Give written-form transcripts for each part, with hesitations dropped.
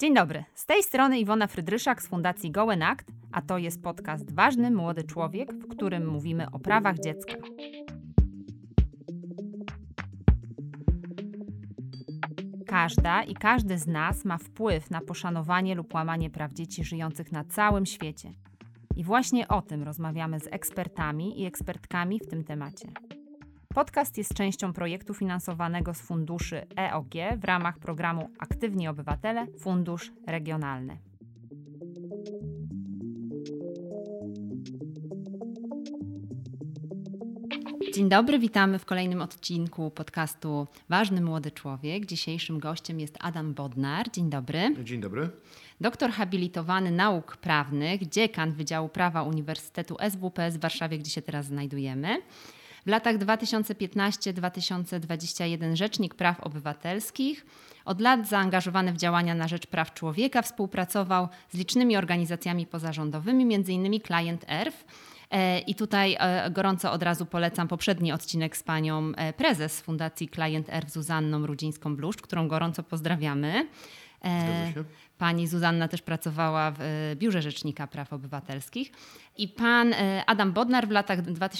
Dzień dobry, z tej strony Iwona Frydryszak z Fundacji Go and Act, a to jest podcast Ważny Młody Człowiek, w którym mówimy o prawach dziecka. Każda i każdy z nas ma wpływ na poszanowanie lub łamanie praw dzieci żyjących na całym świecie. I właśnie o tym rozmawiamy z ekspertami i ekspertkami w tym temacie. Podcast jest częścią projektu finansowanego z funduszy EOG w ramach programu Aktywni Obywatele – Fundusz Regionalny. Dzień dobry, witamy w kolejnym odcinku podcastu Ważny Młody Człowiek. Dzisiejszym gościem jest Adam Bodnar. Dzień dobry. Dzień dobry. Doktor habilitowany nauk prawnych, dziekan Wydziału Prawa Uniwersytetu SWPS w Warszawie, gdzie się teraz znajdujemy. W latach 2015-2021 Rzecznik Praw Obywatelskich. Od lat zaangażowany w działania na rzecz praw człowieka, współpracował z licznymi organizacjami pozarządowymi, m.in. Client Earth. I tutaj gorąco od razu polecam poprzedni odcinek z panią prezes Fundacji Client Earth Zuzanną Rudzińską-Bluszcz, którą gorąco pozdrawiamy. Zgadza się. Pani Zuzanna też pracowała w Biurze Rzecznika Praw Obywatelskich. I pan Adam Bodnar w latach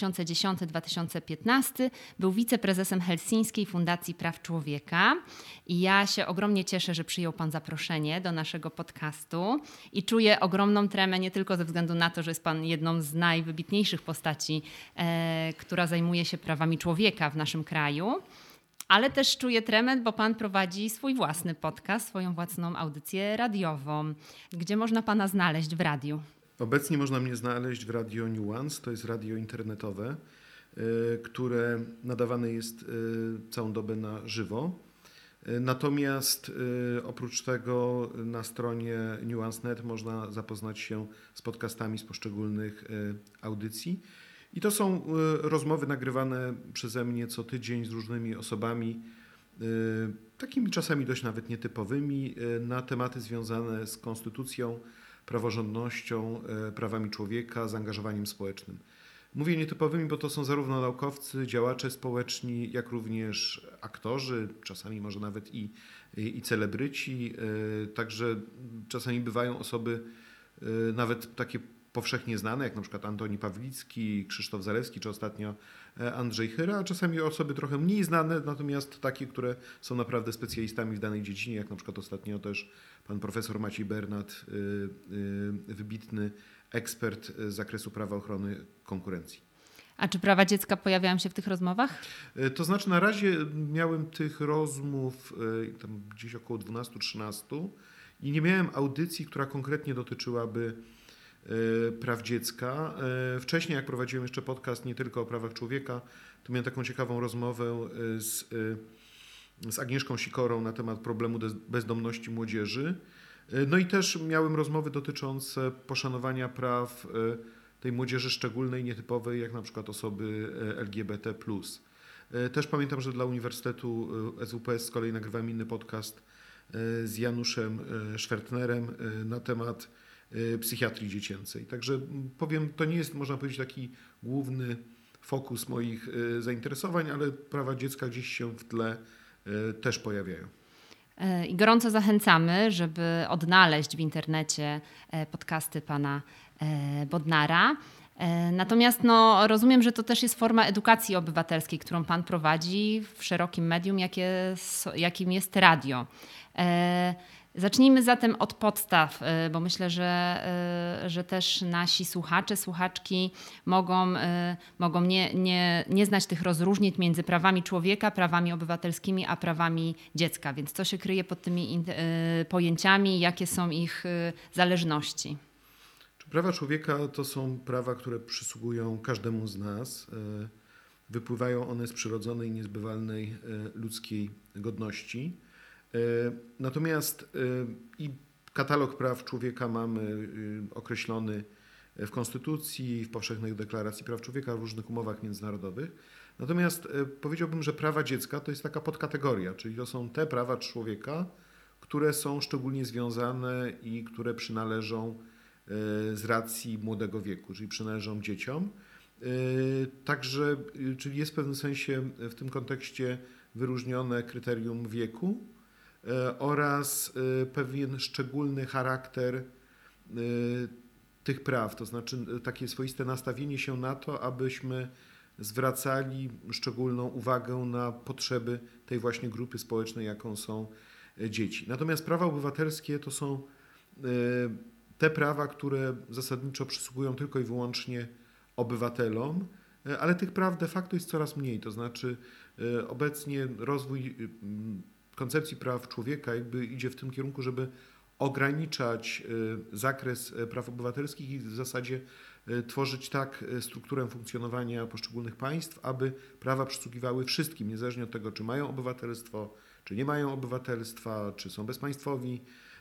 2010-2015 był wiceprezesem Helsińskiej Fundacji Praw Człowieka. I ja się ogromnie cieszę, że przyjął pan zaproszenie do naszego podcastu i czuję ogromną tremę nie tylko ze względu na to, że jest pan jedną z najwybitniejszych postaci, która zajmuje się prawami człowieka w naszym kraju, ale też czuję tremę, bo pan prowadzi swój własny podcast, swoją własną audycję radiową. Gdzie można pana znaleźć w radiu? Obecnie można mnie znaleźć w Radio Nuance, to jest radio internetowe, które nadawane jest całą dobę na żywo. Natomiast oprócz tego na stronie Nuance.net można zapoznać się z podcastami z poszczególnych audycji. I to są rozmowy nagrywane przeze mnie co tydzień z różnymi osobami, takimi czasami dość nawet nietypowymi, na tematy związane z konstytucją, praworządnością, prawami człowieka, zaangażowaniem społecznym. Mówię nietypowymi, bo to są zarówno naukowcy, działacze społeczni, jak również aktorzy, czasami może nawet i celebryci. Także czasami bywają osoby nawet takie powszechnie znane, jak na przykład Antoni Pawlicki, Krzysztof Zalewski, czy ostatnio Andrzej Chyra, a czasami osoby trochę mniej znane, natomiast takie, które są naprawdę specjalistami w danej dziedzinie, jak na przykład ostatnio też pan profesor Maciej Bernat, wybitny ekspert z zakresu prawa ochrony konkurencji. A czy prawa dziecka pojawiają się w tych rozmowach? To znaczy na razie miałem tych rozmów tam gdzieś około 12-13 i nie miałem audycji, która konkretnie dotyczyłaby praw dziecka. Wcześniej, jak prowadziłem jeszcze podcast nie tylko o prawach człowieka, to miałem taką ciekawą rozmowę z Agnieszką Sikorą na temat problemu bezdomności młodzieży. No i też miałem rozmowy dotyczące poszanowania praw tej młodzieży szczególnej, nietypowej, jak na przykład osoby LGBT+. Też pamiętam, że dla Uniwersytetu SWPS z kolei nagrywałem inny podcast z Januszem Szwertnerem na temat psychiatrii dziecięcej. Także powiem, to nie jest, można powiedzieć, taki główny fokus moich zainteresowań, ale prawa dziecka gdzieś się w tle też pojawiają. I gorąco zachęcamy, żeby odnaleźć w internecie podcasty pana Bodnara. Natomiast rozumiem, że to też jest forma edukacji obywatelskiej, którą pan prowadzi w szerokim medium, jakim jest radio. Zacznijmy zatem od podstaw, bo myślę, że też nasi słuchacze, słuchaczki mogą nie znać tych rozróżnień między prawami człowieka, prawami obywatelskimi, a prawami dziecka. Więc co się kryje pod tymi pojęciami, jakie są ich zależności? Prawa człowieka to są prawa, które przysługują każdemu z nas. Wypływają one z przyrodzonej, niezbywalnej ludzkiej godności. Natomiast i katalog praw człowieka mamy określony w Konstytucji, w powszechnej deklaracji praw człowieka, w różnych umowach międzynarodowych. Natomiast powiedziałbym, że prawa dziecka to jest taka podkategoria, czyli to są te prawa człowieka, które są szczególnie związane i które przynależą z racji młodego wieku, czyli przynależą dzieciom. Także, czyli jest w pewnym sensie w tym kontekście wyróżnione kryterium wieku, oraz pewien szczególny charakter tych praw, to znaczy takie swoiste nastawienie się na to, abyśmy zwracali szczególną uwagę na potrzeby tej właśnie grupy społecznej, jaką są dzieci. Natomiast prawa obywatelskie to są te prawa, które zasadniczo przysługują tylko i wyłącznie obywatelom, ale tych praw de facto jest coraz mniej. To znaczy obecnie rozwój koncepcji praw człowieka jakby idzie w tym kierunku, żeby ograniczać zakres praw obywatelskich i w zasadzie tworzyć tak strukturę funkcjonowania poszczególnych państw, aby prawa przysługiwały wszystkim, niezależnie od tego, czy mają obywatelstwo, czy nie mają obywatelstwa, czy są bezpaństwowi.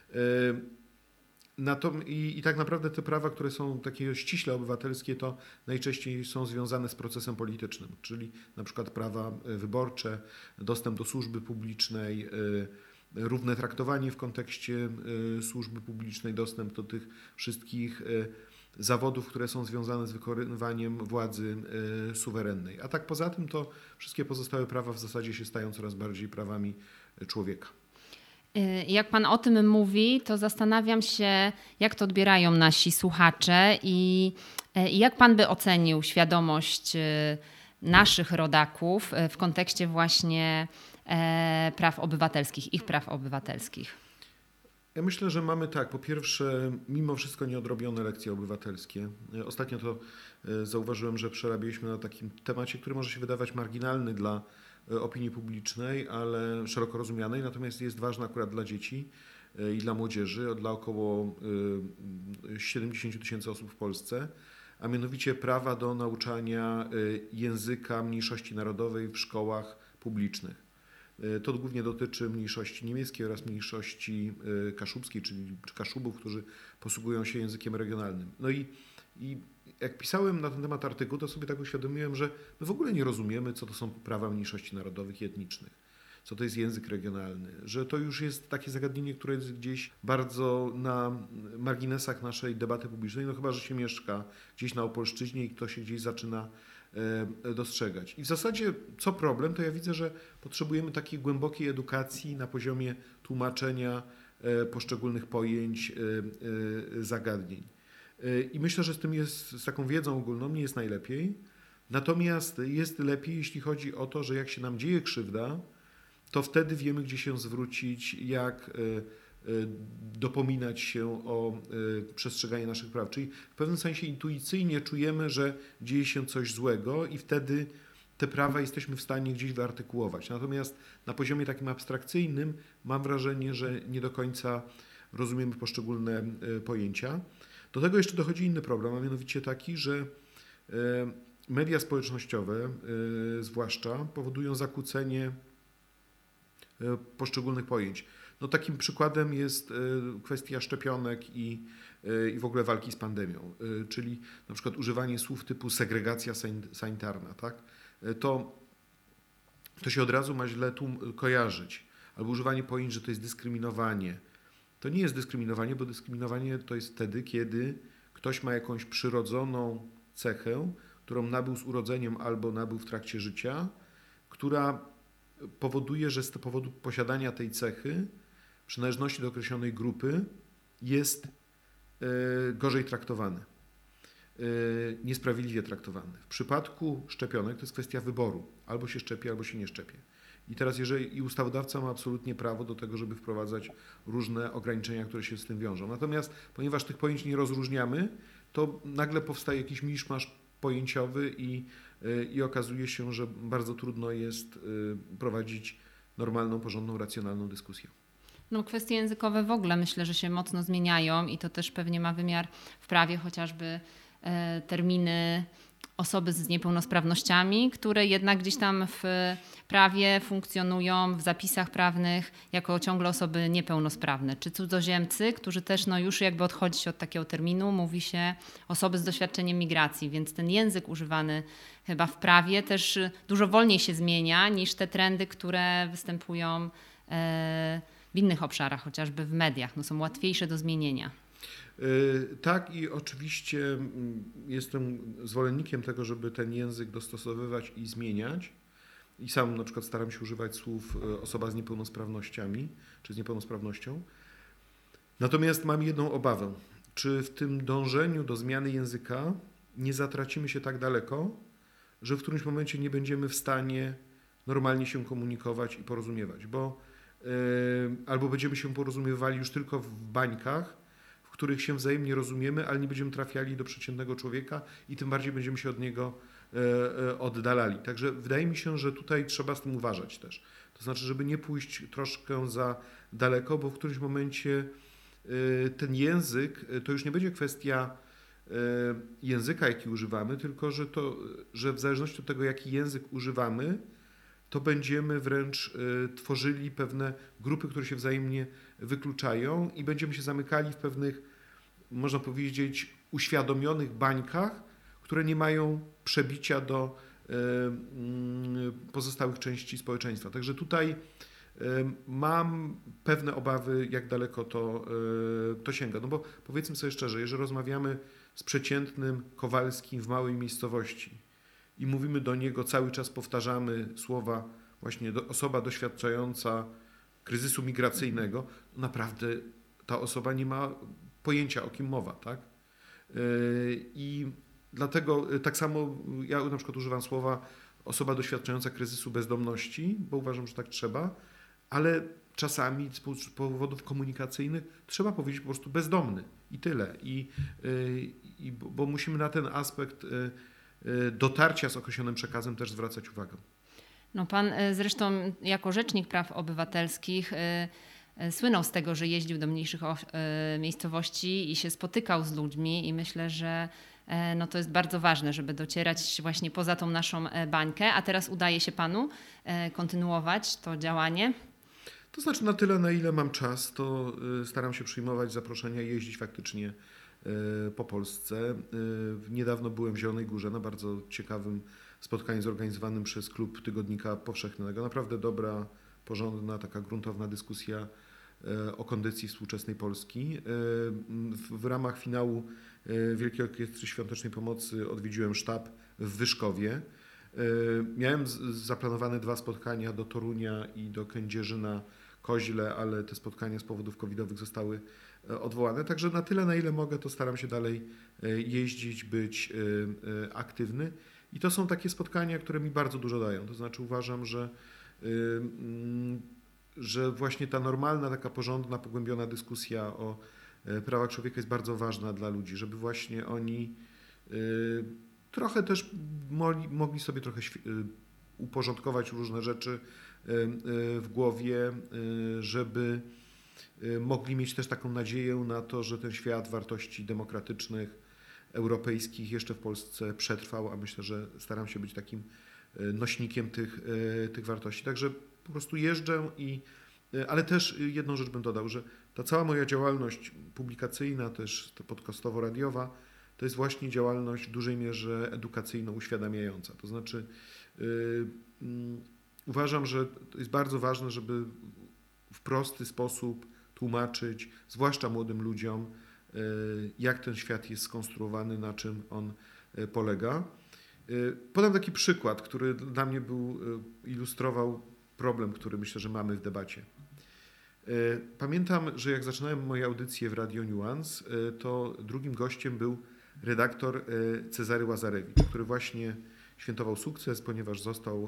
I tak naprawdę te prawa, które są takie ściśle obywatelskie, to najczęściej są związane z procesem politycznym, czyli na przykład prawa wyborcze, dostęp do służby publicznej, równe traktowanie w kontekście służby publicznej, dostęp do tych wszystkich zawodów, które są związane z wykonywaniem władzy suwerennej. A tak poza tym to wszystkie pozostałe prawa w zasadzie się stają coraz bardziej prawami człowieka. Jak pan o tym mówi, to zastanawiam się, jak to odbierają nasi słuchacze i jak pan by ocenił świadomość naszych rodaków w kontekście właśnie praw obywatelskich, ich praw obywatelskich. Ja myślę, że mamy tak, po pierwsze, mimo wszystko nieodrobione lekcje obywatelskie. Ostatnio to zauważyłem, że przerabialiśmy na takim temacie, który może się wydawać marginalny dla opinii publicznej, ale szeroko rozumianej, natomiast jest ważny akurat dla dzieci i dla młodzieży, dla około 70 000 osób w Polsce, a mianowicie prawa do nauczania języka mniejszości narodowej w szkołach publicznych. To głównie dotyczy mniejszości niemieckiej oraz mniejszości kaszubskiej, czyli Kaszubów, którzy posługują się językiem regionalnym. No i jak pisałem na ten temat artykuł, to sobie tak uświadomiłem, że my w ogóle nie rozumiemy, co to są prawa mniejszości narodowych i etnicznych, co to jest język regionalny, że to już jest takie zagadnienie, które jest gdzieś bardzo na marginesach naszej debaty publicznej, no chyba że się mieszka gdzieś na Opolszczyźnie i to się gdzieś zaczyna dostrzegać. I w zasadzie co problem, to ja widzę, że potrzebujemy takiej głębokiej edukacji na poziomie tłumaczenia poszczególnych pojęć, zagadnień. I myślę, że z taką wiedzą ogólną nie jest najlepiej. Natomiast jest lepiej, jeśli chodzi o to, że jak się nam dzieje krzywda, to wtedy wiemy, gdzie się zwrócić, jak dopominać się o przestrzeganie naszych praw. Czyli w pewnym sensie intuicyjnie czujemy, że dzieje się coś złego i wtedy te prawa jesteśmy w stanie gdzieś wyartykułować. Natomiast na poziomie takim abstrakcyjnym mam wrażenie, że nie do końca rozumiemy poszczególne pojęcia. Do tego jeszcze dochodzi inny problem, a mianowicie taki, że media społecznościowe zwłaszcza powodują zakłócenie poszczególnych pojęć. No takim przykładem jest kwestia szczepionek i w ogóle walki z pandemią, czyli na przykład używanie słów typu segregacja sanitarna, tak? To się od razu ma źle kojarzyć. Albo używanie pojęć, że to jest dyskryminowanie. To nie jest dyskryminowanie, bo dyskryminowanie to jest wtedy, kiedy ktoś ma jakąś przyrodzoną cechę, którą nabył z urodzeniem albo nabył w trakcie życia, która powoduje, że z powodu posiadania tej cechy, przynależności do określonej grupy jest gorzej traktowany, niesprawiedliwie traktowany. W przypadku szczepionek to jest kwestia wyboru. Albo się szczepi, albo się nie szczepi. I teraz jeżeli ustawodawca ma absolutnie prawo do tego, żeby wprowadzać różne ograniczenia, które się z tym wiążą. Natomiast ponieważ tych pojęć nie rozróżniamy, to nagle powstaje jakiś miszmasz pojęciowy i okazuje się, że bardzo trudno jest prowadzić normalną, porządną, racjonalną dyskusję. No, kwestie językowe w ogóle myślę, że się mocno zmieniają i to też pewnie ma wymiar w prawie, chociażby terminy osoby z niepełnosprawnościami, które jednak gdzieś tam w prawie funkcjonują w zapisach prawnych jako ciągle osoby niepełnosprawne, czy cudzoziemcy, którzy też już jakby odchodzi się od takiego terminu, mówi się osoby z doświadczeniem migracji, więc ten język używany chyba w prawie też dużo wolniej się zmienia niż te trendy, które występują w innych obszarach, chociażby w mediach, są łatwiejsze do zmienienia. Tak i oczywiście jestem zwolennikiem tego, żeby ten język dostosowywać i zmieniać. i sam na przykład staram się używać słów osoba z niepełnosprawnościami czy z niepełnosprawnością. Natomiast mam jedną obawę. Czy w tym dążeniu do zmiany języka nie zatracimy się tak daleko, że w którymś momencie nie będziemy w stanie normalnie się komunikować i porozumiewać, bo albo będziemy się porozumiewali już tylko w bańkach, w których się wzajemnie rozumiemy, ale nie będziemy trafiali do przeciętnego człowieka i tym bardziej będziemy się od niego oddalali. Także wydaje mi się, że tutaj trzeba z tym uważać też. To znaczy, żeby nie pójść troszkę za daleko, bo w którymś momencie ten język to już nie będzie kwestia języka, jaki używamy, tylko że w zależności od tego, jaki język używamy, to będziemy wręcz tworzyli pewne grupy, które się wzajemnie wykluczają i będziemy się zamykali w pewnych, można powiedzieć, uświadomionych bańkach, które nie mają przebicia do pozostałych części społeczeństwa. Także tutaj mam pewne obawy, jak daleko to sięga. No bo powiedzmy sobie szczerze, jeżeli rozmawiamy z przeciętnym Kowalskim w małej miejscowości i mówimy do niego, cały czas powtarzamy słowa właśnie osoba doświadczająca kryzysu migracyjnego, naprawdę ta osoba nie ma pojęcia, o kim mowa, tak? I dlatego tak samo ja na przykład używam słowa osoba doświadczająca kryzysu bezdomności, bo uważam, że tak trzeba, ale czasami z powodów komunikacyjnych trzeba powiedzieć po prostu bezdomny i tyle. Bo musimy na ten aspekt dotarcia z określonym przekazem też zwracać uwagę. No pan zresztą jako rzecznik praw obywatelskich słynął z tego, że jeździł do mniejszych miejscowości i się spotykał z ludźmi i myślę, że no to jest bardzo ważne, żeby docierać właśnie poza tą naszą bańkę. A teraz udaje się panu kontynuować to działanie? To znaczy na tyle, na ile mam czas, to staram się przyjmować zaproszenia i jeździć faktycznie po Polsce. Niedawno byłem w Zielonej Górze na bardzo ciekawym spotkaniu zorganizowanym przez Klub Tygodnika Powszechnego. Naprawdę dobra, porządna, taka gruntowna dyskusja o kondycji współczesnej Polski. W ramach finału Wielkiej Orkiestry Świątecznej Pomocy odwiedziłem sztab w Wyszkowie. Miałem zaplanowane 2 spotkania do Torunia i do Kędzierzyna-Koźle, ale te spotkania z powodów covidowych zostały odwołane. Także na tyle, na ile mogę, to staram się dalej jeździć, być aktywny. I to są takie spotkania, które mi bardzo dużo dają. To znaczy uważam, że właśnie ta normalna, taka porządna, pogłębiona dyskusja o prawach człowieka jest bardzo ważna dla ludzi, żeby właśnie oni trochę też mogli sobie trochę uporządkować różne rzeczy w głowie, żeby mogli mieć też taką nadzieję na to, że ten świat wartości demokratycznych, europejskich jeszcze w Polsce przetrwał, a myślę, że staram się być takim nośnikiem tych wartości. Także po prostu jeżdżę ale też jedną rzecz bym dodał, że ta cała moja działalność publikacyjna, też podcastowo-radiowa, to jest właśnie działalność w dużej mierze edukacyjno-uświadamiająca. To znaczy uważam, że to jest bardzo ważne, żeby w prosty sposób tłumaczyć, zwłaszcza młodym ludziom, jak ten świat jest skonstruowany, na czym on polega. Podam taki przykład, który dla mnie ilustrował problem, który myślę, że mamy w debacie. Pamiętam, że jak zaczynałem moje audycje w Radio Nuance, to drugim gościem był redaktor Cezary Łazarewicz, który właśnie świętował sukces, ponieważ został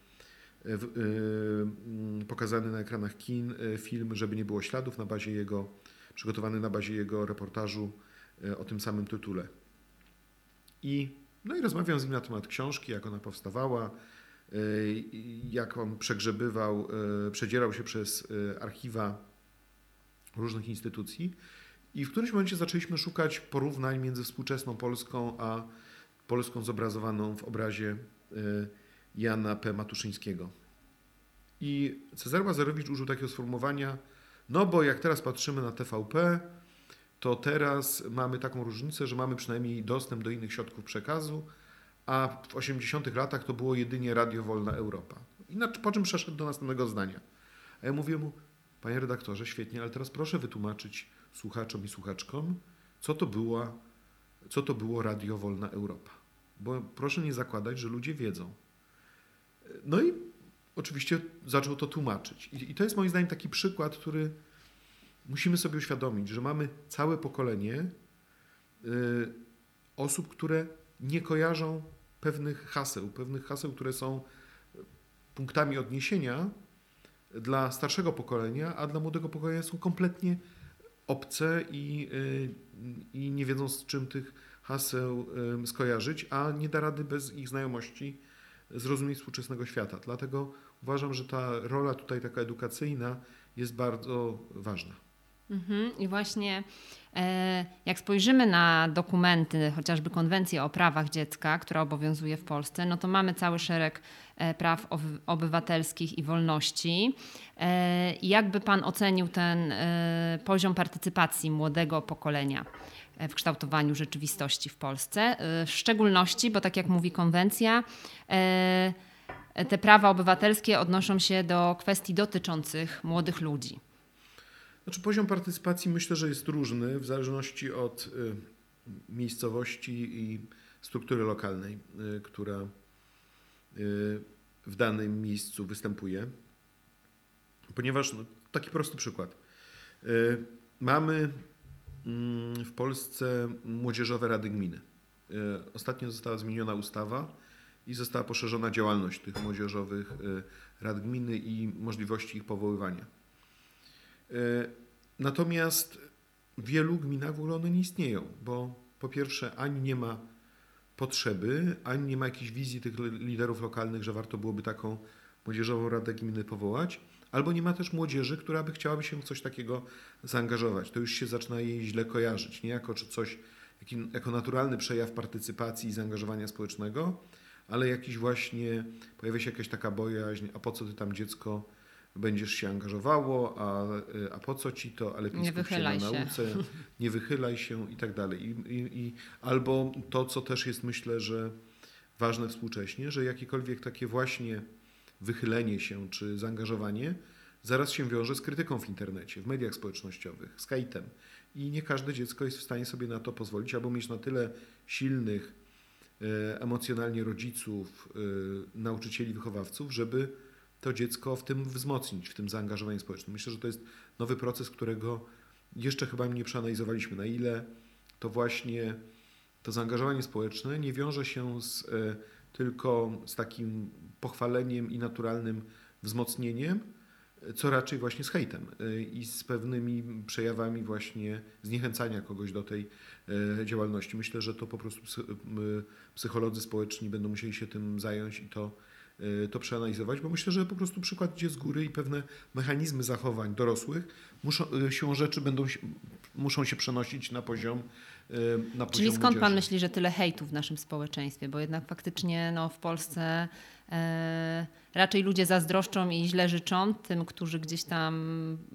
pokazany na ekranach kin film Żeby nie było śladów, przygotowany na bazie jego reportażu o tym samym tytule. I rozmawiam z nim na temat książki, jak ona powstawała, jak on przedzierał się przez archiwa różnych instytucji i w którymś momencie zaczęliśmy szukać porównań między współczesną Polską a Polską zobrazowaną w obrazie Jana P. Matuszyńskiego. I Cezary Łazarewicz użył takiego sformułowania, no bo jak teraz patrzymy na TVP, to teraz mamy taką różnicę, że mamy przynajmniej dostęp do innych środków przekazu, a w 80-tych latach to było jedynie Radio Wolna Europa. Po czym przeszedł do następnego zdania. A ja mówię mu, panie redaktorze, świetnie, ale teraz proszę wytłumaczyć słuchaczom i słuchaczkom, co to było Radio Wolna Europa. Bo proszę nie zakładać, że ludzie wiedzą. No i oczywiście zaczął to tłumaczyć. I to jest moim zdaniem taki przykład, który musimy sobie uświadomić, że mamy całe pokolenie osób, które nie kojarzą pewnych haseł, które są punktami odniesienia dla starszego pokolenia, a dla młodego pokolenia są kompletnie obce i nie wiedzą, z czym tych haseł skojarzyć, a nie da rady bez ich znajomości zrozumieć współczesnego świata. Dlatego uważam, że ta rola tutaj taka edukacyjna jest bardzo ważna. I właśnie jak spojrzymy na dokumenty, chociażby konwencję o prawach dziecka, która obowiązuje w Polsce, no to mamy cały szereg praw obywatelskich i wolności. I jakby pan ocenił ten poziom partycypacji młodego pokolenia w kształtowaniu rzeczywistości w Polsce? W szczególności, bo tak jak mówi konwencja, te prawa obywatelskie odnoszą się do kwestii dotyczących młodych ludzi. Znaczy, poziom partycypacji myślę, że jest różny w zależności od miejscowości i struktury lokalnej, która w danym miejscu występuje. Ponieważ, taki prosty przykład. Mamy w Polsce młodzieżowe rady gminy. Ostatnio została zmieniona ustawa i została poszerzona działalność tych młodzieżowych rad gminy i możliwości ich powoływania. Natomiast w wielu gminach w ogóle one nie istnieją, bo po pierwsze ani nie ma potrzeby, ani nie ma jakiejś wizji tych liderów lokalnych, że warto byłoby taką młodzieżową radę gminy powołać, albo nie ma też młodzieży, która by chciałaby się w coś takiego zaangażować. To już się zaczyna jej źle kojarzyć, nie jako coś, jako naturalny przejaw partycypacji i zaangażowania społecznego, ale jakiś właśnie, pojawia się jakaś taka bojaźń, a po co ty tam dziecko będziesz się angażowało, a po co ci to, ale lepiej skup się na nauce, nie wychylaj się i tak dalej. Albo to, co też jest, myślę, że ważne współcześnie, że jakiekolwiek takie właśnie wychylenie się czy zaangażowanie zaraz się wiąże z krytyką w internecie, w mediach społecznościowych, z hejtem. I nie każde dziecko jest w stanie sobie na to pozwolić, albo mieć na tyle silnych emocjonalnie rodziców, nauczycieli, wychowawców, żeby to dziecko w tym wzmocnić, w tym zaangażowaniu społecznym. Myślę, że to jest nowy proces, którego jeszcze chyba nie przeanalizowaliśmy, na ile to właśnie to zaangażowanie społeczne nie wiąże się tylko z takim pochwaleniem i naturalnym wzmocnieniem, co raczej właśnie z hejtem i z pewnymi przejawami właśnie zniechęcania kogoś do tej działalności. Myślę, że to po prostu psycholodzy społeczni będą musieli się tym zająć i to przeanalizować, bo myślę, że po prostu przykład idzie z góry i pewne mechanizmy zachowań dorosłych siłą rzeczy muszą się przenosić na poziom Czyli skąd młodzieży. pan myśli, że tyle hejtu w naszym społeczeństwie? Bo jednak faktycznie w Polsce raczej ludzie zazdroszczą i źle życzą tym, którzy gdzieś tam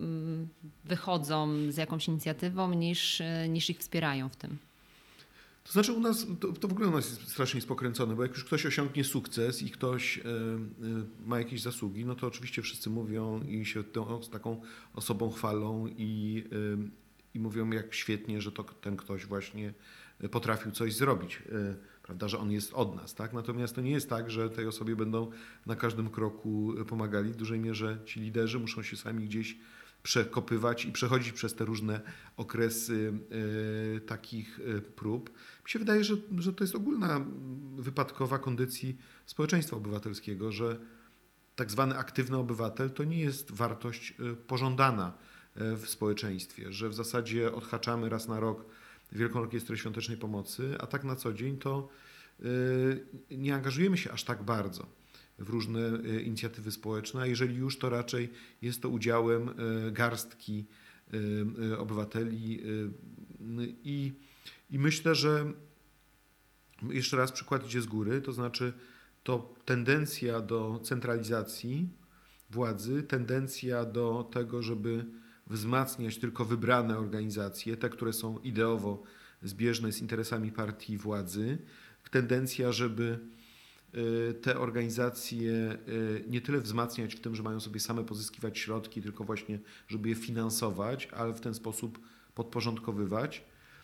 wychodzą z jakąś inicjatywą, niż ich wspierają w tym. To znaczy u nas, to w ogóle u nas jest strasznie spokręcone, bo jak już ktoś osiągnie sukces i ktoś ma jakieś zasługi, no to oczywiście wszyscy mówią i się z taką osobą chwalą i mówią, jak świetnie, że ten ktoś właśnie potrafił coś zrobić, prawda, że on jest od nas, tak? Natomiast to nie jest tak, że tej osobie będą na każdym kroku pomagali. W dużej mierze ci liderzy muszą się sami gdzieś przekopywać i przechodzić przez te różne okresy takich prób. Mi się wydaje, że to jest ogólna wypadkowa kondycji społeczeństwa obywatelskiego, że tak zwany aktywny obywatel to nie jest wartość pożądana w społeczeństwie, że w zasadzie odhaczamy raz na rok Wielką Orkiestrę Świątecznej Pomocy, a tak na co dzień to nie angażujemy się aż tak bardzo w różne inicjatywy społeczne, a jeżeli już, to raczej jest to udziałem garstki obywateli i myślę, że jeszcze raz przykład idzie z góry, to znaczy to tendencja do centralizacji władzy, tendencja do tego, żeby wzmacniać tylko wybrane organizacje, te, które są ideowo zbieżne z interesami partii władzy, tendencja, żeby te organizacje nie tyle wzmacniać w tym, że mają sobie same pozyskiwać środki, tylko właśnie, żeby je finansować, ale w ten sposób podporządkowywać.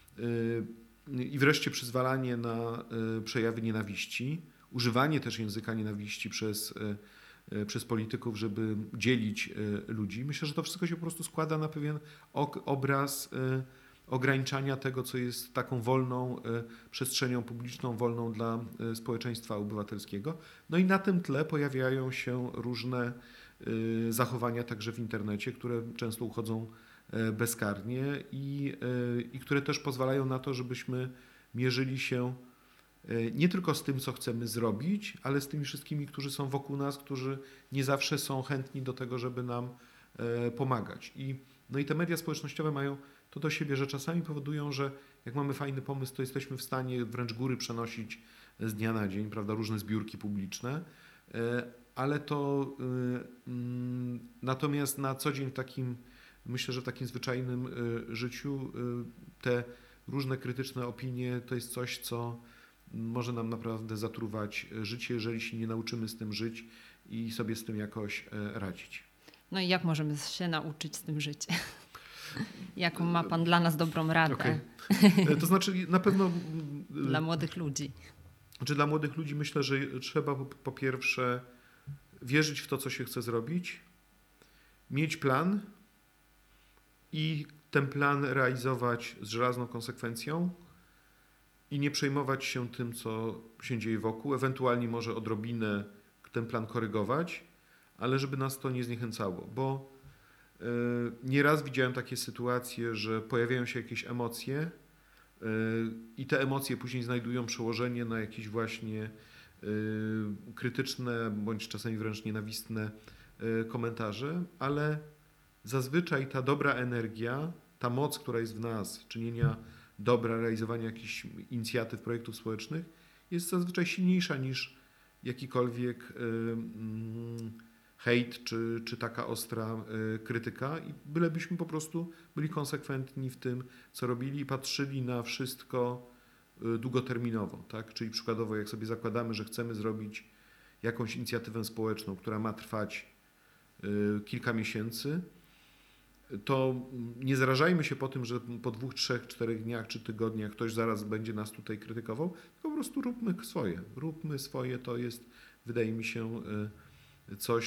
I wreszcie przyzwalanie na przejawy nienawiści, używanie też języka nienawiści przez przez polityków, żeby dzielić ludzi. Myślę, że to wszystko się po prostu składa na pewien obraz ograniczania tego, co jest taką wolną przestrzenią publiczną, wolną dla społeczeństwa obywatelskiego. No i na tym tle pojawiają się różne zachowania także w internecie, które często uchodzą bezkarnie i które też pozwalają na to, żebyśmy mierzyli się nie tylko z tym, co chcemy zrobić, ale z tymi wszystkimi, którzy są wokół nas, którzy nie zawsze są chętni do tego, żeby nam pomagać. No i te media społecznościowe mają to do siebie, że czasami powodują, że jak mamy fajny pomysł, to jesteśmy w stanie wręcz góry przenosić z dnia na dzień, prawda, różne zbiórki publiczne, ale to natomiast na co dzień myślę, że w takim zwyczajnym życiu te różne krytyczne opinie to jest coś, co może nam naprawdę zatruwać życie, jeżeli się nie nauczymy z tym żyć i sobie z tym jakoś radzić. No i jak możemy się nauczyć z tym żyć? Jaką ma Pan dla nas dobrą radę? Okay. To znaczy na pewno... Dla młodych ludzi. Znaczy dla młodych ludzi myślę, że trzeba po pierwsze wierzyć w to, co się chce zrobić, mieć plan i ten plan realizować z żelazną konsekwencją i nie przejmować się tym, co się dzieje wokół, ewentualnie może odrobinę ten plan korygować, ale żeby nas to nie zniechęcało, bo nieraz widziałem takie sytuacje, że pojawiają się jakieś emocje i te emocje później znajdują przełożenie na jakieś właśnie krytyczne bądź czasami wręcz nienawistne komentarze, ale zazwyczaj ta dobra energia, ta moc, która jest w nas, czynienia dobra, realizowania jakichś inicjatyw, projektów społecznych jest zazwyczaj silniejsza niż jakikolwiek hejt czy taka ostra krytyka i bylebyśmy po prostu byli konsekwentni w tym, co robili i patrzyli na wszystko długoterminowo, tak? Czyli przykładowo jak sobie zakładamy, że chcemy zrobić jakąś inicjatywę społeczną, która ma trwać kilka miesięcy, to nie zarażajmy się po tym, że po 2, 3, 4 dniach czy tygodniach ktoś zaraz będzie nas tutaj krytykował, tylko po prostu róbmy swoje. Róbmy swoje, to jest, wydaje mi się, coś,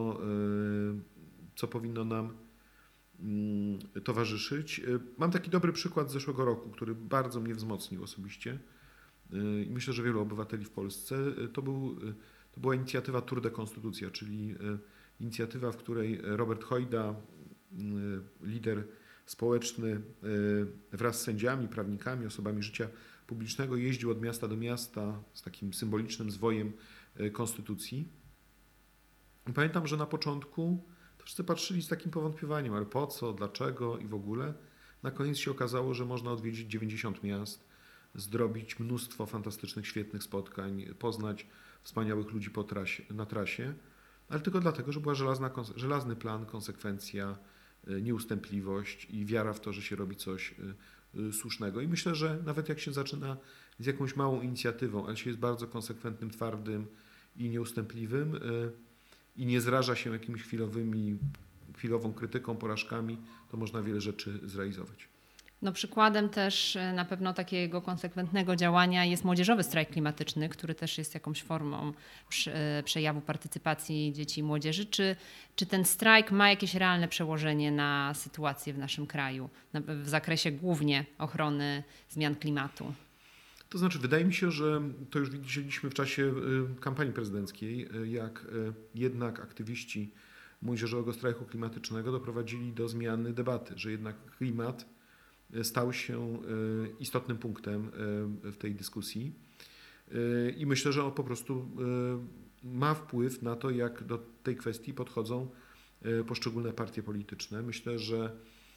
co powinno nam towarzyszyć. Mam taki dobry przykład z zeszłego roku, który bardzo mnie wzmocnił osobiście i myślę, że wielu obywateli w Polsce. To była inicjatywa Tour de Konstytucja, czyli inicjatywa, w której Robert Hojda, lider społeczny, wraz z sędziami, prawnikami, osobami życia publicznego jeździł od miasta do miasta z takim symbolicznym zwojem konstytucji. I pamiętam, że na początku to wszyscy patrzyli z takim powątpiewaniem, ale po co, dlaczego i w ogóle. Na koniec się okazało, że można odwiedzić 90 miast, zrobić mnóstwo fantastycznych, świetnych spotkań, poznać wspaniałych ludzi na trasie, ale tylko dlatego, że była żelazny plan, konsekwencja, nieustępliwość i wiara w to, że się robi coś słusznego. I myślę, że nawet jak się zaczyna z jakąś małą inicjatywą, ale się jest bardzo konsekwentnym, twardym i nieustępliwym i nie zraża się jakimiś chwilową krytyką, porażkami, to można wiele rzeczy zrealizować. No przykładem też na pewno takiego konsekwentnego działania jest młodzieżowy strajk klimatyczny, który też jest jakąś formą przejawu partycypacji dzieci i młodzieży. Czy ten strajk ma jakieś realne przełożenie na sytuację w naszym kraju w zakresie głównie ochrony zmian klimatu? To znaczy, wydaje mi się, że to już widzieliśmy w czasie kampanii prezydenckiej, jak jednak aktywiści młodzieżowego strajku klimatycznego doprowadzili do zmiany debaty, że jednak klimat stał się istotnym punktem w tej dyskusji i myślę, że on po prostu ma wpływ na to, jak do tej kwestii podchodzą poszczególne partie polityczne. Myślę, że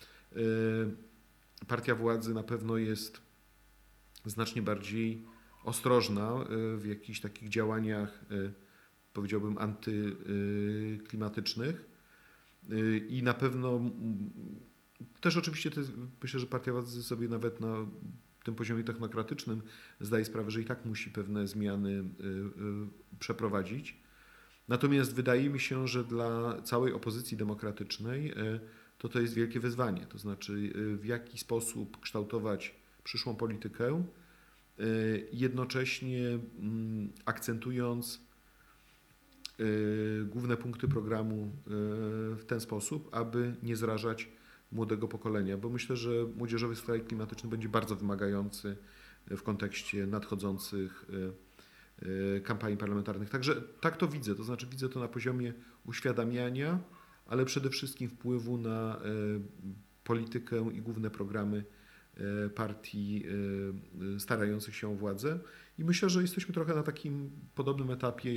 partia władzy na pewno jest znacznie bardziej ostrożna w jakichś takich działaniach, powiedziałbym, antyklimatycznych i na pewno też oczywiście myślę, że partia władzy sobie nawet na tym poziomie technokratycznym zdaje sprawę, że i tak musi pewne zmiany przeprowadzić. Natomiast wydaje mi się, że dla całej opozycji demokratycznej to jest wielkie wyzwanie. To znaczy w jaki sposób kształtować przyszłą politykę, jednocześnie akcentując główne punkty programu w ten sposób, aby nie zrażać młodego pokolenia, bo myślę, że młodzieżowy strajk klimatyczny będzie bardzo wymagający w kontekście nadchodzących kampanii parlamentarnych. Także tak to widzę, to znaczy widzę to na poziomie uświadamiania, ale przede wszystkim wpływu na politykę i główne programy partii starających się o władzę. I myślę, że jesteśmy trochę na takim podobnym etapie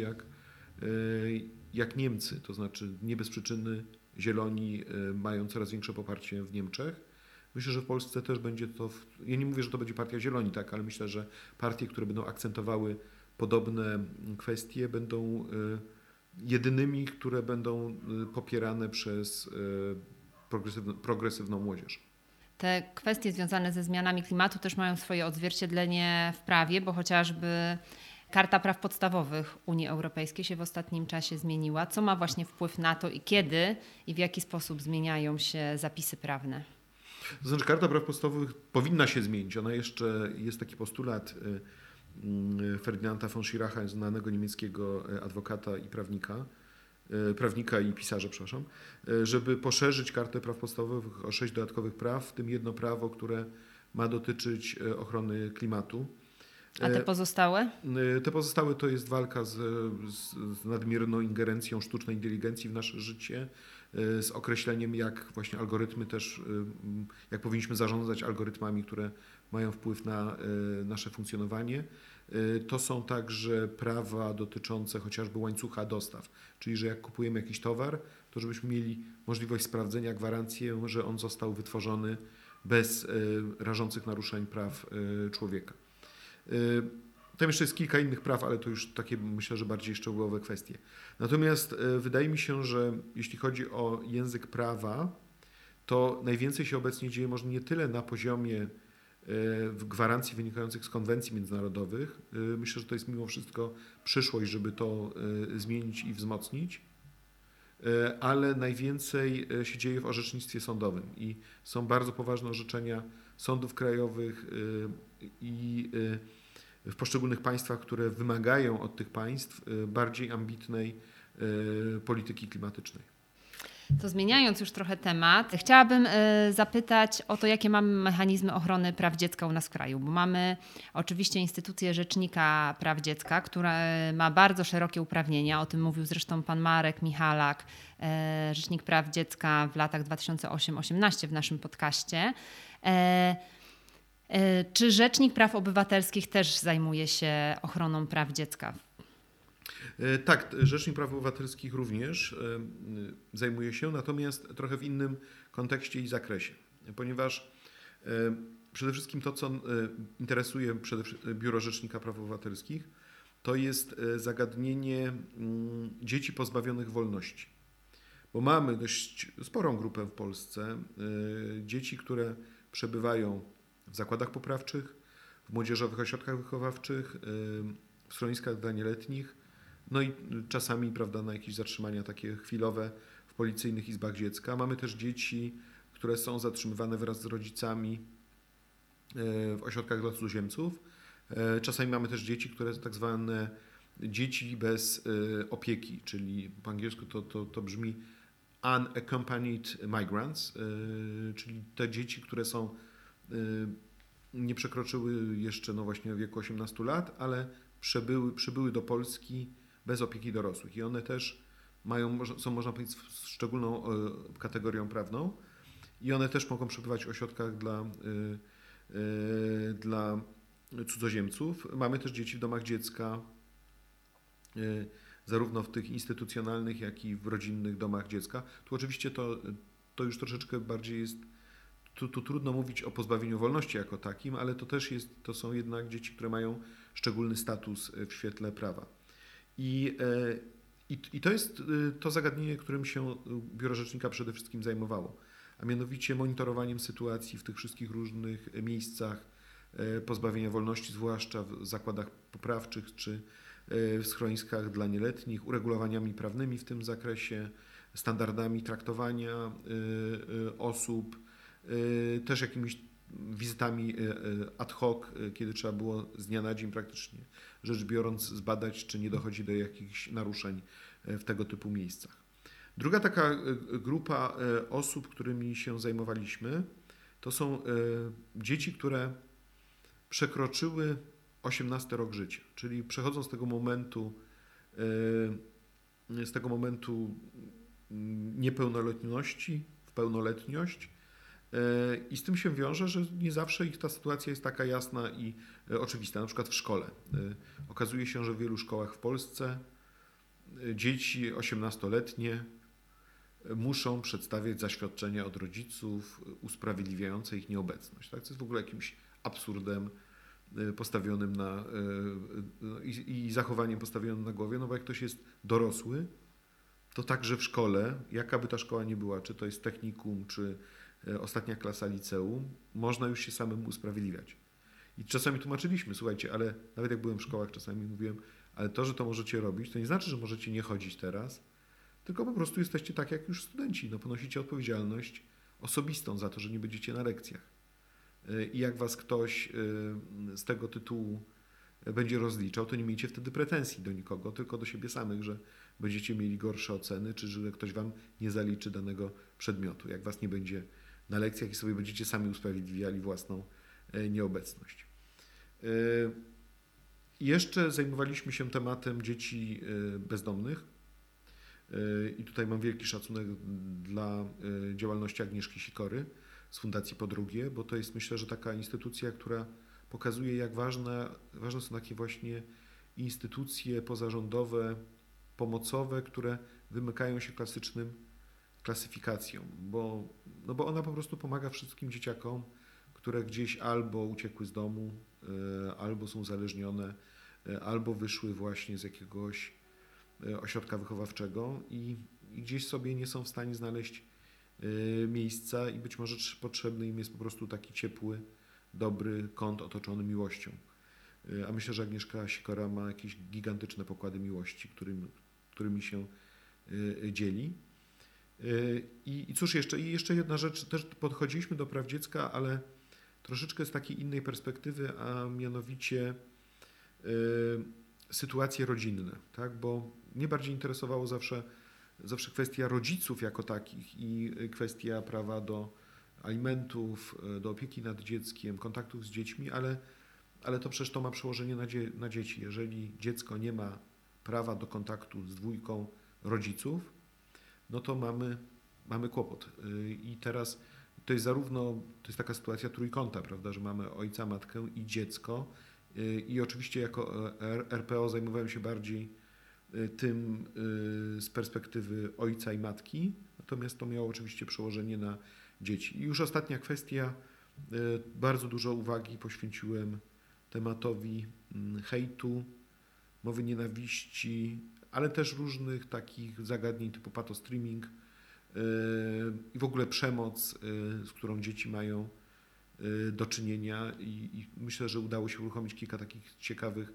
jak Niemcy, to znaczy nie bez przyczyny Zieloni mają coraz większe poparcie w Niemczech. Myślę, że w Polsce też będzie to, ja nie mówię, że to będzie partia Zieloni, tak, ale myślę, że partie, które będą akcentowały podobne kwestie, będą jedynymi, które będą popierane przez progresywną młodzież. Te kwestie związane ze zmianami klimatu też mają swoje odzwierciedlenie w prawie, bo chociażby Karta Praw Podstawowych Unii Europejskiej się w ostatnim czasie zmieniła. Co ma właśnie wpływ na to i kiedy i w jaki sposób zmieniają się zapisy prawne? To znaczy Karta Praw Podstawowych powinna się zmienić. Ona jeszcze jest taki postulat Ferdynanda von Schiracha, znanego niemieckiego adwokata i prawnika i pisarza, przepraszam, żeby poszerzyć Kartę Praw Podstawowych o 6 dodatkowych praw, w tym jedno prawo, które ma dotyczyć ochrony klimatu. A te pozostałe? Te pozostałe to jest walka z nadmierną ingerencją sztucznej inteligencji w nasze życie, z określeniem, jak właśnie algorytmy też, jak powinniśmy zarządzać algorytmami, które mają wpływ na nasze funkcjonowanie. To są także prawa dotyczące chociażby łańcucha dostaw, czyli że jak kupujemy jakiś towar, to żebyśmy mieli możliwość sprawdzenia, gwarancję, że on został wytworzony bez rażących naruszeń praw człowieka. Tam jeszcze jest kilka innych praw, ale to już takie, myślę, że bardziej szczegółowe kwestie. Natomiast wydaje mi się, że jeśli chodzi o język prawa, to najwięcej się obecnie dzieje może nie tyle na poziomie gwarancji wynikających z konwencji międzynarodowych. Myślę, że to jest mimo wszystko przyszłość, żeby to zmienić i wzmocnić, ale najwięcej się dzieje w orzecznictwie sądowym i są bardzo poważne orzeczenia sądów krajowych i w poszczególnych państwach, które wymagają od tych państw bardziej ambitnej polityki klimatycznej. To zmieniając już trochę temat, chciałabym zapytać o to, jakie mamy mechanizmy ochrony praw dziecka u nas w kraju, bo mamy oczywiście instytucję Rzecznika Praw Dziecka, która ma bardzo szerokie uprawnienia, o tym mówił zresztą pan Marek Michalak, Rzecznik Praw Dziecka w latach 2008-18 w naszym podcaście. Czy Rzecznik Praw Obywatelskich też zajmuje się ochroną praw dziecka? Tak, Rzecznik Praw Obywatelskich również zajmuje się, natomiast trochę w innym kontekście i zakresie, ponieważ przede wszystkim to, co interesuje Biuro Rzecznika Praw Obywatelskich, to jest zagadnienie dzieci pozbawionych wolności. Bo mamy dość sporą grupę w Polsce dzieci, które przebywają w zakładach poprawczych, w młodzieżowych ośrodkach wychowawczych, w schroniskach dla nieletnich, no i czasami, prawda, na jakieś zatrzymania takie chwilowe w policyjnych izbach dziecka. Mamy też dzieci, które są zatrzymywane wraz z rodzicami w ośrodkach dla cudzoziemców. Czasami mamy też dzieci, które tak zwane dzieci bez opieki, czyli po angielsku to brzmi unaccompanied migrants, czyli te dzieci, które są nie przekroczyły jeszcze no właśnie wieku 18 lat, ale przybyły do Polski bez opieki dorosłych i one też są, można powiedzieć, szczególną kategorią prawną i one też mogą przebywać w ośrodkach dla cudzoziemców. Mamy też dzieci w domach dziecka, zarówno w tych instytucjonalnych, jak i w rodzinnych domach dziecka. Tu oczywiście to już troszeczkę bardziej jest, tu trudno mówić o pozbawieniu wolności jako takim, ale to są jednak dzieci, które mają szczególny status w świetle prawa. I to jest to zagadnienie, którym się Biuro Rzecznika przede wszystkim zajmowało, a mianowicie monitorowaniem sytuacji w tych wszystkich różnych miejscach pozbawienia wolności, zwłaszcza w zakładach poprawczych czy w schroniskach dla nieletnich, uregulowaniami prawnymi w tym zakresie, standardami traktowania osób, też jakimiś wizytami ad hoc, kiedy trzeba było z dnia na dzień praktycznie rzecz biorąc zbadać, czy nie dochodzi do jakichś naruszeń w tego typu miejscach. Druga taka grupa osób, którymi się zajmowaliśmy, to są dzieci, które przekroczyły 18 rok życia, czyli przechodzą z tego momentu niepełnoletności w pełnoletność. I z tym się wiąże, że nie zawsze ich ta sytuacja jest taka jasna i oczywista. Na przykład w szkole. Okazuje się, że w wielu szkołach w Polsce dzieci 18-letnie muszą przedstawiać zaświadczenia od rodziców usprawiedliwiające ich nieobecność. Tak? To jest w ogóle jakimś absurdem postawionym i zachowaniem postawionym na głowie, no bo jak ktoś jest dorosły, to także w szkole, jaka by ta szkoła nie była, czy to jest technikum, czy ostatnia klasa liceum, można już się samemu usprawiedliwiać. I czasami tłumaczyliśmy, słuchajcie, ale nawet jak byłem w szkołach, czasami mówiłem, ale to, że to możecie robić, to nie znaczy, że możecie nie chodzić teraz, tylko po prostu jesteście tak jak już studenci, no ponosicie odpowiedzialność osobistą za to, że nie będziecie na lekcjach. I jak was ktoś z tego tytułu będzie rozliczał, to nie miejcie wtedy pretensji do nikogo, tylko do siebie samych, że będziecie mieli gorsze oceny, czy że ktoś wam nie zaliczy danego przedmiotu, jak was nie będzie na lekcjach i sobie będziecie sami usprawiedliwiali własną nieobecność. Jeszcze zajmowaliśmy się tematem dzieci bezdomnych i tutaj mam wielki szacunek dla działalności Agnieszki Sikory z Fundacji Po-Drugie, bo to jest, myślę, że taka instytucja, która pokazuje, jak ważne są takie właśnie instytucje pozarządowe, pomocowe, które wymykają się klasycznym klasyfikacjom, bo ona po prostu pomaga wszystkim dzieciakom, które gdzieś albo uciekły z domu, albo są uzależnione, albo wyszły właśnie z jakiegoś ośrodka wychowawczego i gdzieś sobie nie są w stanie znaleźć miejsca i być może potrzebny im jest po prostu taki ciepły, dobry kąt otoczony miłością. A myślę, że Agnieszka Sikora ma jakieś gigantyczne pokłady miłości, którymi się dzieli. I cóż jeszcze? I jeszcze jedna rzecz, też podchodziliśmy do praw dziecka, ale troszeczkę z takiej innej perspektywy, a mianowicie sytuacje rodzinne, tak? Bo mnie bardziej interesowało zawsze kwestia rodziców jako takich i kwestia prawa do alimentów, do opieki nad dzieckiem, kontaktów z dziećmi, ale to przecież to ma przełożenie na dzieci. Jeżeli dziecko nie ma prawa do kontaktu z dwójką rodziców, no to mamy kłopot. I teraz to jest taka sytuacja trójkąta, prawda, że mamy ojca, matkę i dziecko. I oczywiście jako RPO zajmowałem się bardziej tym z perspektywy ojca i matki, natomiast to miało oczywiście przełożenie na dzieci. I już ostatnia kwestia, bardzo dużo uwagi poświęciłem tematowi hejtu, mowy nienawiści, ale też różnych takich zagadnień typu patostreaming i w ogóle przemoc, z którą dzieci mają do czynienia i myślę, że udało się uruchomić kilka takich ciekawych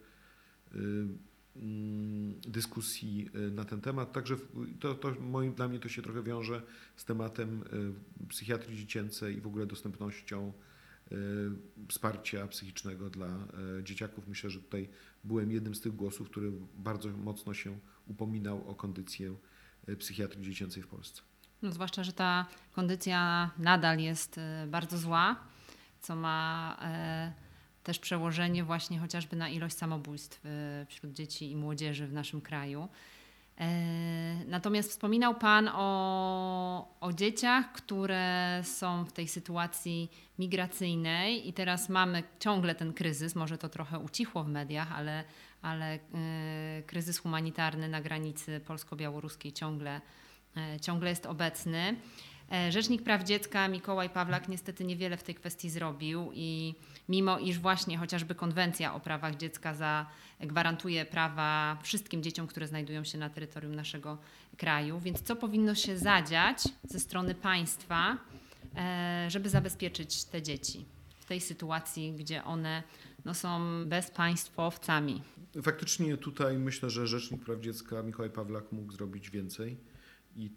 dyskusji na ten temat. Także dla mnie to się trochę wiąże z tematem psychiatrii dziecięcej i w ogóle dostępnością wsparcia psychicznego dla dzieciaków. Myślę, że tutaj byłem jednym z tych głosów, który bardzo mocno się upominał o kondycję psychiatrii dziecięcej w Polsce. No, zwłaszcza, że ta kondycja nadal jest bardzo zła, co ma też przełożenie właśnie chociażby na ilość samobójstw wśród dzieci i młodzieży w naszym kraju. Natomiast wspominał Pan o dzieciach, które są w tej sytuacji migracyjnej i teraz mamy ciągle ten kryzys, może to trochę ucichło w mediach, ale kryzys humanitarny na granicy polsko-białoruskiej ciągle jest obecny. Rzecznik Praw Dziecka Mikołaj Pawlak niestety niewiele w tej kwestii zrobił i mimo iż właśnie chociażby konwencja o prawach dziecka gwarantuje prawa wszystkim dzieciom, które znajdują się na terytorium naszego kraju, więc co powinno się zadziać ze strony państwa, żeby zabezpieczyć te dzieci w tej sytuacji, gdzie one są bezpaństwowcami? Faktycznie tutaj myślę, że Rzecznik Praw Dziecka Mikołaj Pawlak mógł zrobić więcej i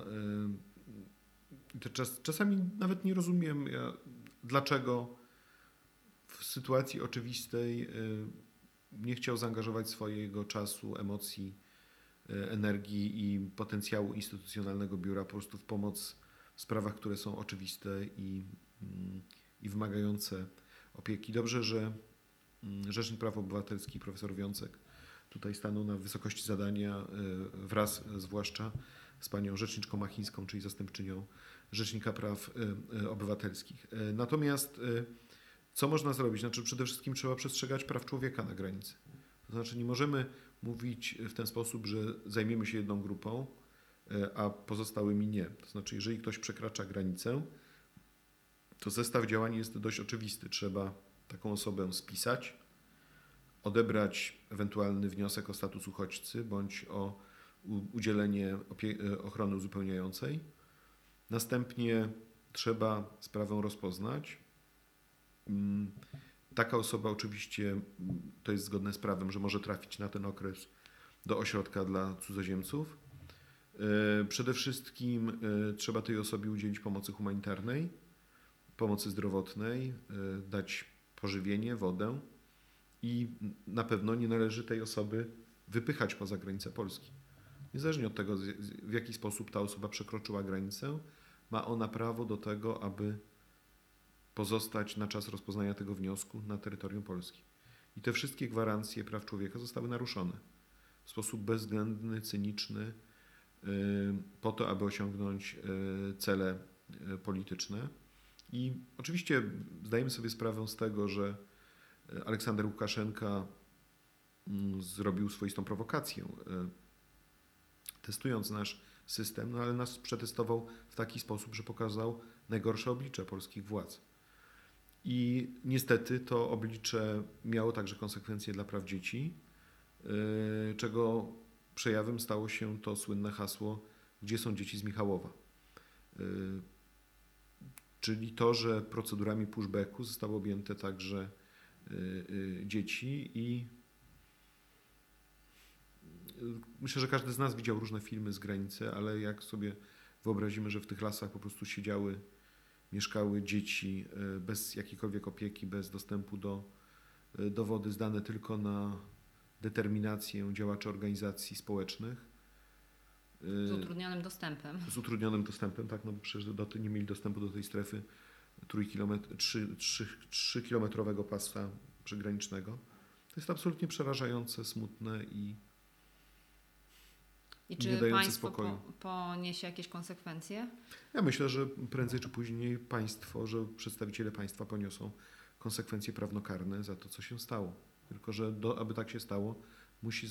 czasami nawet nie rozumiem, dlaczego w sytuacji oczywistej nie chciał zaangażować swojego czasu, emocji energii i potencjału instytucjonalnego biura po prostu w pomoc w sprawach, które są oczywiste i wymagające opieki. Dobrze, że Rzecznik Praw Obywatelskich profesor Wiącek tutaj stanął na wysokości zadania wraz zwłaszcza z panią rzeczniczką Machińską, czyli zastępczynią Rzecznika Praw Obywatelskich. Natomiast co można zrobić? Znaczy przede wszystkim trzeba przestrzegać praw człowieka na granicy. To znaczy nie możemy mówić w ten sposób, że zajmiemy się jedną grupą, a pozostałymi nie. To znaczy jeżeli ktoś przekracza granicę, to zestaw działań jest dość oczywisty. Trzeba taką osobę spisać, odebrać ewentualny wniosek o status uchodźcy bądź o udzielenie ochrony uzupełniającej. Następnie trzeba sprawę rozpoznać. Taka osoba oczywiście, to jest zgodne z prawem, że może trafić na ten okres do ośrodka dla cudzoziemców. Przede wszystkim trzeba tej osobie udzielić pomocy humanitarnej, pomocy zdrowotnej, dać pożywienie, wodę i na pewno nie należy tej osoby wypychać poza granicę Polski. Niezależnie od tego, w jaki sposób ta osoba przekroczyła granicę, ma ona prawo do tego, aby pozostać na czas rozpoznania tego wniosku na terytorium Polski. I te wszystkie gwarancje praw człowieka zostały naruszone w sposób bezwzględny, cyniczny, po to, aby osiągnąć cele polityczne. I oczywiście zdajemy sobie sprawę z tego, że Aleksander Łukaszenka zrobił swoistą prowokację, testując nasz system, no ale nas przetestował w taki sposób, że pokazał najgorsze oblicze polskich władz. I niestety to oblicze miało także konsekwencje dla praw dzieci, czego przejawem stało się to słynne hasło „Gdzie są dzieci z Michałowa?”. Czyli to, że procedurami pushbacku zostały objęte także dzieci i myślę, że każdy z nas widział różne filmy z granicy, ale jak sobie wyobrazimy, że w tych lasach po prostu mieszkały dzieci bez jakiejkolwiek opieki, bez dostępu do wody, zdane tylko na determinację działaczy organizacji społecznych. Z utrudnionym dostępem. Z utrudnionym dostępem, tak, no bo przecież nie mieli dostępu do tej strefy 3-kilometrowego pasa przygranicznego. To jest absolutnie przerażające, smutne i czy nie dające państwo spokoju. Poniesie jakieś konsekwencje? Ja myślę, że prędzej czy później że przedstawiciele państwa poniosą konsekwencje prawnokarne za to, co się stało. Tylko że aby tak się stało, musi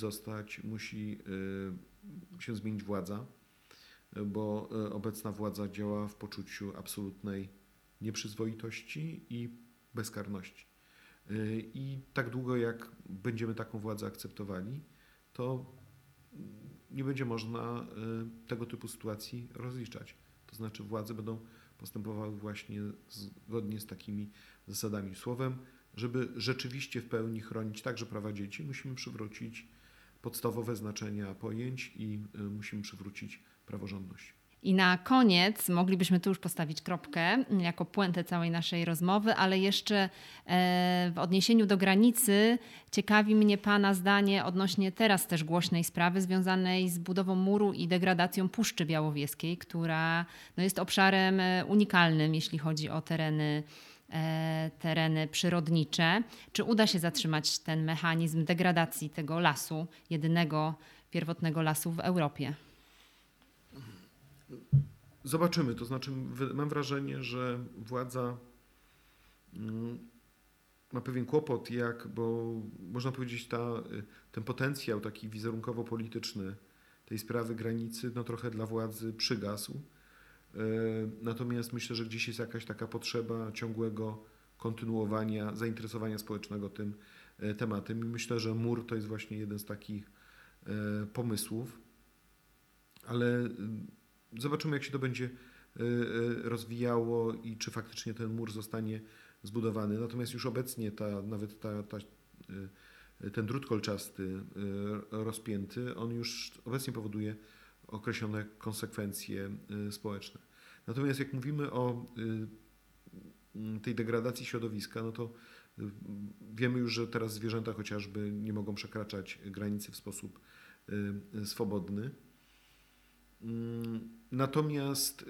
się zmienić władza, bo obecna władza działa w poczuciu absolutnej nieprzyzwoitości i bezkarności. I tak długo, jak będziemy taką władzę akceptowali, to nie będzie można tego typu sytuacji rozliczać. To znaczy władze będą postępowały właśnie zgodnie z takimi zasadami. Słowem, żeby rzeczywiście w pełni chronić także prawa dzieci, musimy przywrócić podstawowe znaczenia pojęć i musimy przywrócić praworządność. I na koniec moglibyśmy tu już postawić kropkę jako puentę całej naszej rozmowy, ale jeszcze w odniesieniu do granicy ciekawi mnie Pana zdanie odnośnie teraz też głośnej sprawy związanej z budową muru i degradacją Puszczy Białowieskiej, która jest obszarem unikalnym, jeśli chodzi o tereny przyrodnicze. Czy uda się zatrzymać ten mechanizm degradacji tego lasu, jedynego pierwotnego lasu w Europie? Zobaczymy. To znaczy mam wrażenie, że władza ma pewien kłopot, bo można powiedzieć ten potencjał taki wizerunkowo-polityczny tej sprawy granicy trochę dla władzy przygasł. Natomiast myślę, że gdzieś jest jakaś taka potrzeba ciągłego kontynuowania zainteresowania społecznego tym tematem i myślę, że mur to jest właśnie jeden z takich pomysłów, ale zobaczymy, jak się to będzie rozwijało i czy faktycznie ten mur zostanie zbudowany. Natomiast już obecnie ten drut kolczasty rozpięty, on już obecnie powoduje określone konsekwencje społeczne. Natomiast jak mówimy o tej degradacji środowiska, to wiemy już, że teraz zwierzęta chociażby nie mogą przekraczać granicy w sposób swobodny. Natomiast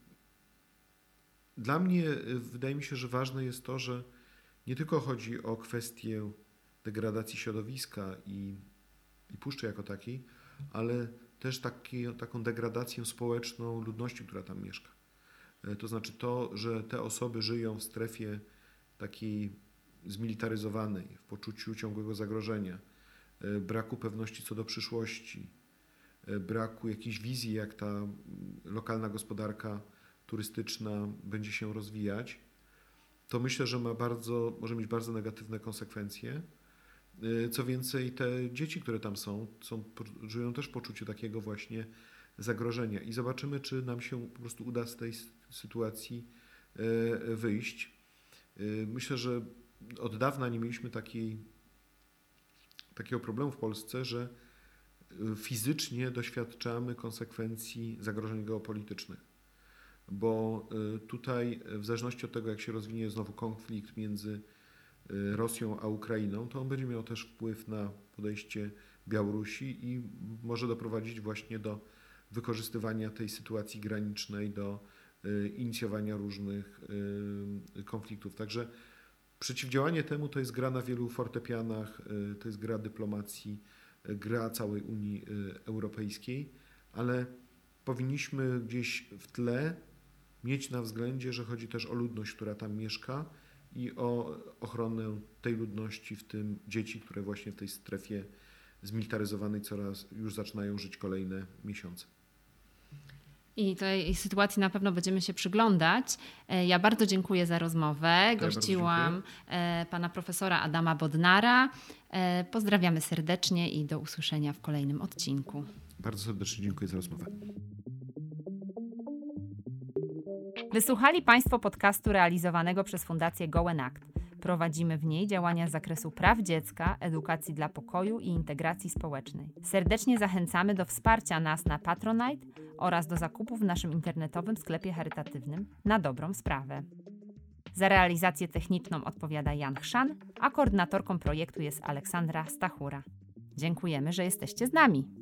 dla mnie wydaje mi się, że ważne jest to, że nie tylko chodzi o kwestię degradacji środowiska i puszczy jako takiej, ale też taką degradację społeczną ludności, która tam mieszka. To znaczy to, że te osoby żyją w strefie takiej zmilitaryzowanej, w poczuciu ciągłego zagrożenia, braku pewności co do przyszłości, braku jakiejś wizji, jak ta lokalna gospodarka turystyczna będzie się rozwijać, to myślę, że może mieć bardzo negatywne konsekwencje. Co więcej, te dzieci, które tam żyją też w poczuciu takiego właśnie zagrożenia i zobaczymy, czy nam się po prostu uda z tej sytuacji wyjść. Myślę, że od dawna nie mieliśmy takiego problemu w Polsce, że fizycznie doświadczamy konsekwencji zagrożeń geopolitycznych. Bo tutaj w zależności od tego, jak się rozwinie znowu konflikt między Rosją a Ukrainą, to on będzie miał też wpływ na podejście Białorusi i może doprowadzić właśnie do wykorzystywania tej sytuacji granicznej, do inicjowania różnych konfliktów. Także przeciwdziałanie temu to jest gra na wielu fortepianach, to jest gra dyplomacji, gra całej Unii Europejskiej, ale powinniśmy gdzieś w tle mieć na względzie, że chodzi też o ludność, która tam mieszka i o ochronę tej ludności, w tym dzieci, które właśnie w tej strefie zmilitaryzowanej już zaczynają żyć kolejne miesiące. I tej sytuacji na pewno będziemy się przyglądać. Ja bardzo dziękuję za rozmowę. Gościłam pana profesora Adama Bodnara. Pozdrawiamy serdecznie i do usłyszenia w kolejnym odcinku. Bardzo serdecznie dziękuję za rozmowę. Wysłuchali Państwo podcastu realizowanego przez Fundację Gołenact. Prowadzimy w niej działania z zakresu praw dziecka, edukacji dla pokoju i integracji społecznej. Serdecznie zachęcamy do wsparcia nas na Patronite oraz do zakupów w naszym internetowym sklepie charytatywnym na dobrą sprawę. Za realizację techniczną odpowiada Jan Chrzan, a koordynatorką projektu jest Aleksandra Stachura. Dziękujemy, że jesteście z nami.